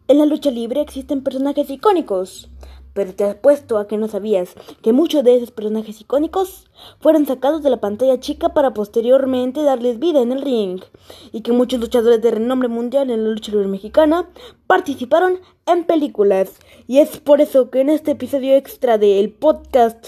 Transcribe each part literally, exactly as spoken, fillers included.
En la lucha libre existen personajes icónicos, pero te apuesto a que no sabías que muchos de esos personajes icónicos fueron sacados de la pantalla chica para posteriormente darles vida en el ring, y que muchos luchadores de renombre mundial en la lucha libre mexicana participaron en películas. Y es por eso que en este episodio extra del podcast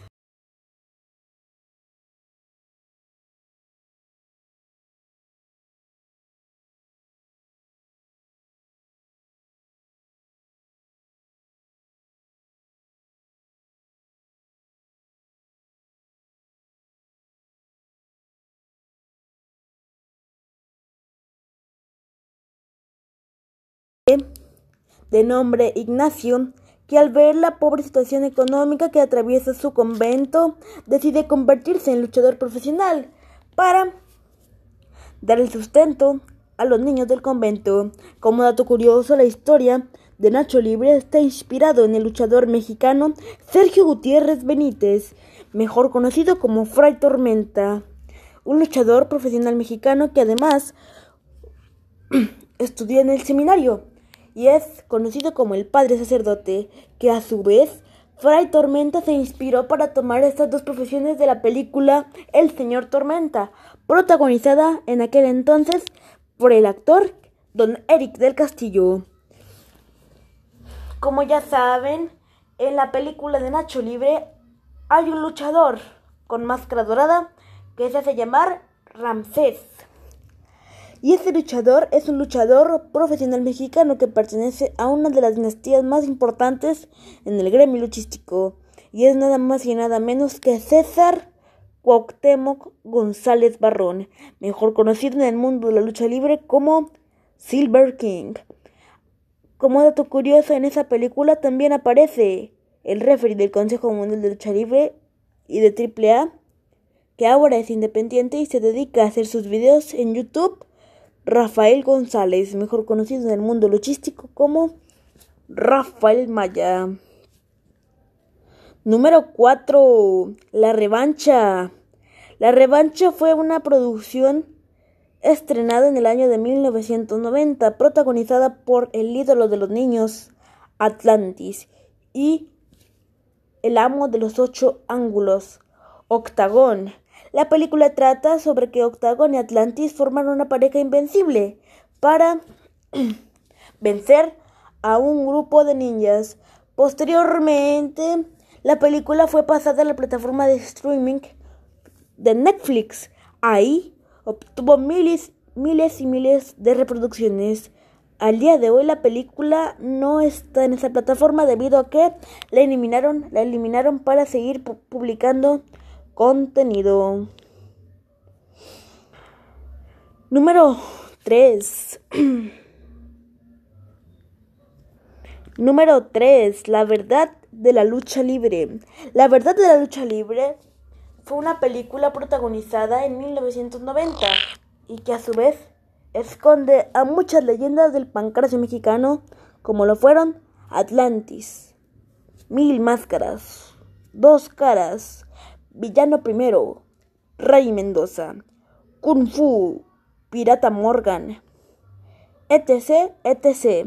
de nombre Ignacio, que al ver la pobre situación económica que atraviesa su convento, decide convertirse en luchador profesional para dar el sustento a los niños del convento. Como dato curioso, la historia de Nacho Libre está inspirado en el luchador mexicano Sergio Gutiérrez Benítez, mejor conocido como Fray Tormenta, un luchador profesional mexicano que además estudió en el seminario y es conocido como el Padre Sacerdote, que a su vez Fray Tormenta se inspiró para tomar estas dos profesiones de la película El Señor Tormenta, protagonizada en aquel entonces por el actor Don Eric del Castillo. Como ya saben, en la película de Nacho Libre hay un luchador con máscara dorada que se hace llamar Ramsés. Y ese luchador es un luchador profesional mexicano que pertenece a una de las dinastías más importantes en el gremio luchístico. Y es nada más y nada menos que César Cuauhtémoc González Barrón, mejor conocido en el mundo de la lucha libre como Silver King. Como dato curioso, en esa película también aparece el referee del Consejo Mundial de Lucha Libre y de triple A, que ahora es independiente y se dedica a hacer sus videos en YouTube, Rafael González, mejor conocido en el mundo luchístico como Rafael Maya. Número cuatro. La Revancha. La Revancha fue una producción estrenada en el año de mil novecientos noventa, protagonizada por el ídolo de los niños, Atlantis, y el amo de los ocho ángulos, Octagón. La película trata sobre que Octagón y Atlantis forman una pareja invencible para vencer a un grupo de ninjas. Posteriormente, la película fue pasada a la plataforma de streaming de Netflix. Ahí obtuvo miles, miles y miles de reproducciones. Al día de hoy la película no está en esa plataforma debido a que la eliminaron, la eliminaron para seguir pu- publicando contenido. Número tres. Número tres. La verdad de la lucha libre. La verdad de la lucha libre fue una película protagonizada en mil novecientos noventa y que a su vez esconde a muchas leyendas del pancracio mexicano, como lo fueron Atlantis, Mil Máscaras, Dos Caras, Villano Primero, Rey Mendoza, Kung Fu, Pirata Morgan, etc, etcétera.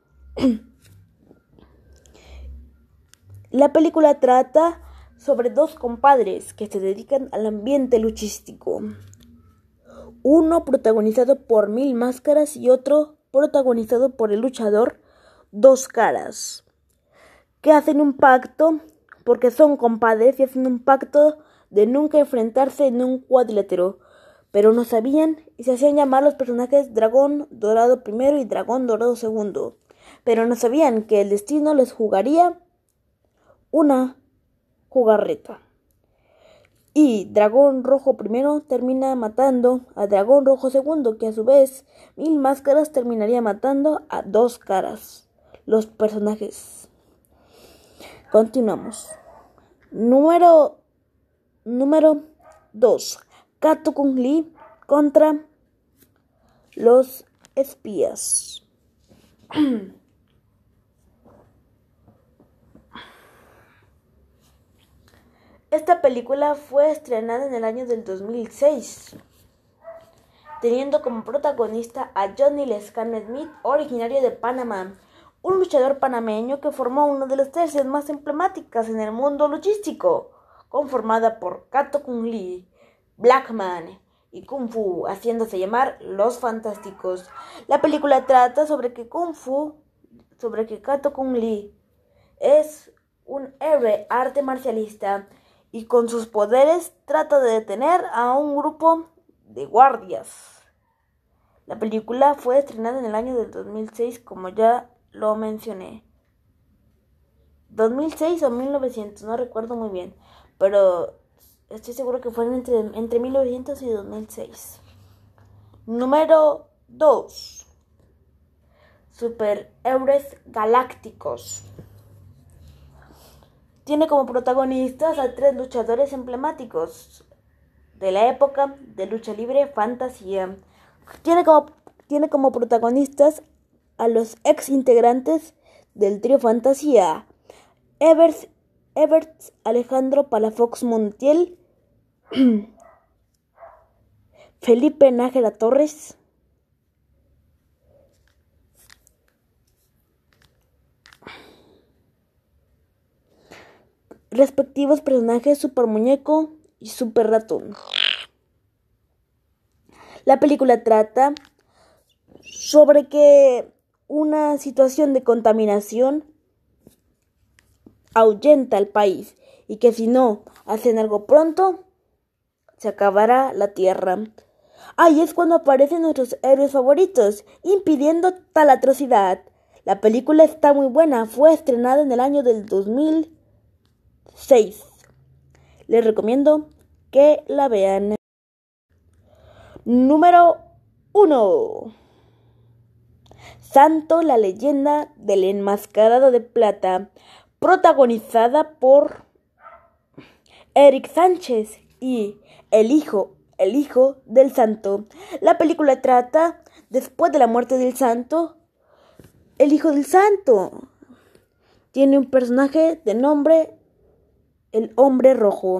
La película trata sobre dos compadres que se dedican al ambiente luchístico. Uno protagonizado por Mil Máscaras y otro protagonizado por el luchador Dos Caras, que hacen un pacto, porque son compadres, y hacen un pacto de nunca enfrentarse en un cuadrilátero, pero no sabían y se hacían llamar los personajes Dragón Dorado primero y Dragón Dorado segundo, pero no sabían que el destino les jugaría una jugarreta. Y Dragón Rojo primero termina matando a Dragón Rojo segundo, que a su vez Mil Máscaras terminaría matando a Dos Caras. Los personajes. Continuamos. Número Número dos. Kato Kung Lee contra los espías. Esta película fue estrenada en el año del dos mil seis, teniendo como protagonista a Johnny Lezcano Smith, originario de Panamá, un luchador panameño que formó una de las tercias más emblemáticas en el mundo luchístico, conformada por Kato Kung Lee, Blackman y Kung Fu, haciéndose llamar Los Fantásticos. La película trata sobre que Kung Fu, sobre que Kato Kung Lee es un héroe arte marcialista y con sus poderes trata de detener a un grupo de guardias. La película fue estrenada en el año del dos mil seis, como ya lo mencioné. dos mil seis o mil novecientos, no recuerdo muy bien, pero estoy seguro que fueron entre, entre mil novecientos y dos mil seis. Número dos. Superhéroes galácticos. Tiene como protagonistas a tres luchadores emblemáticos de la época de lucha libre fantasía. Tiene como, tiene como protagonistas a los ex integrantes del trío Fantasía, Evers, Evers Alejandro Palafox Montiel, Felipe Nájera Torres, respectivos personajes Super Muñeco y Super Ratón. La película trata sobre que una situación de contaminación ahuyenta al país y que si no hacen algo pronto, se acabará la tierra. Ahí es cuando aparecen nuestros héroes favoritos, impidiendo tal atrocidad. La película está muy buena, fue estrenada en el año del dos mil seis. Les recomiendo que la vean. Número uno. Santo, la leyenda del enmascarado de plata, protagonizada por Eric Sánchez y el hijo, el hijo del santo. La película trata, después de la muerte del santo, el hijo del santo tiene un personaje de nombre el Hombre Rojo.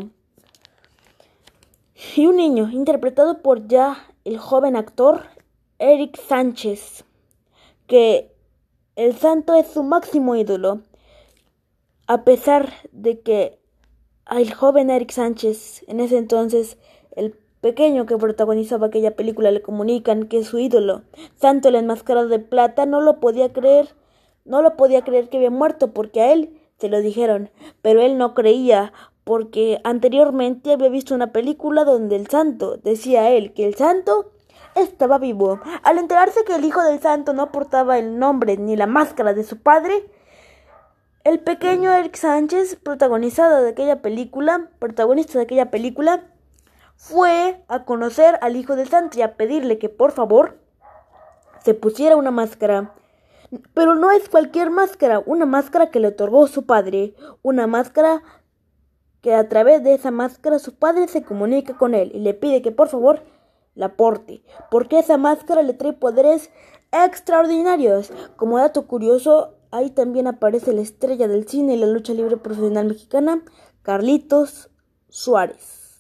Y un niño, interpretado por ya el joven actor Eric Sánchez, que el santo es su máximo ídolo. A pesar de que al joven Eric Sánchez, en ese entonces, el pequeño que protagonizaba aquella película, le comunican que su ídolo, Santo el enmascarado de plata, no lo podía creer, no lo podía creer que había muerto, porque a él se lo dijeron, pero él no creía, porque anteriormente había visto una película donde el santo decía a él que el santo estaba vivo. Al enterarse que el hijo del santo no portaba el nombre ni la máscara de su padre, el pequeño Eric Sánchez, protagonizado de aquella película, protagonista de aquella película, fue a conocer al hijo del santo y a pedirle que por favor se pusiera una máscara. Pero no es cualquier máscara, una máscara que le otorgó su padre, una máscara que a través de esa máscara su padre se comunica con él y le pide que por favor la porte, porque esa máscara le trae poderes extraordinarios. Como dato curioso, ahí también aparece la estrella del cine y la lucha libre profesional mexicana, Carlitos Suárez.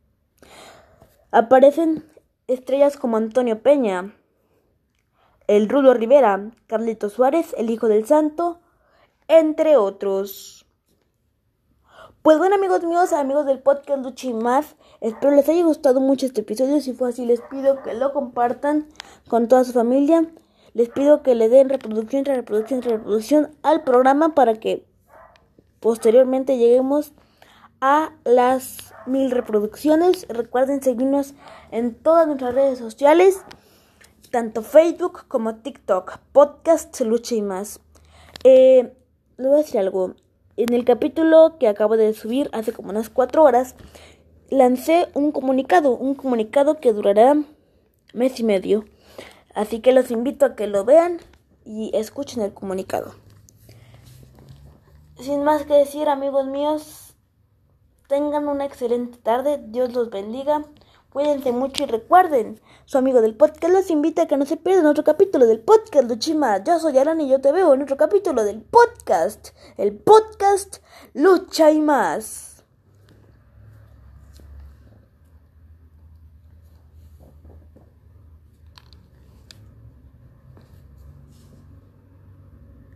Aparecen estrellas como Antonio Peña, el Rudo Rivera, Carlitos Suárez, el hijo del santo, entre otros. Pues bueno, amigos míos, amigos del podcast Lucha y Más, espero les haya gustado mucho este episodio. Si fue así, les pido que lo compartan con toda su familia. Les pido que le den reproducción tras reproducción tras reproducción al programa para que posteriormente lleguemos a las mil reproducciones. Recuerden seguirnos en todas nuestras redes sociales, tanto Facebook como TikTok, podcast Lucha y Más. Eh, les voy a decir algo. En el capítulo que acabo de subir hace como unas cuatro horas, lancé un comunicado, un comunicado que durará mes y medio. Así que los invito a que lo vean y escuchen el comunicado. Sin más que decir, amigos míos, tengan una excelente tarde, Dios los bendiga, cuídense mucho y recuerden, su amigo del podcast los invita a que no se pierdan otro capítulo del podcast Lucha y Más. Yo soy Alan y yo te veo en otro capítulo del podcast, el podcast Lucha y Más.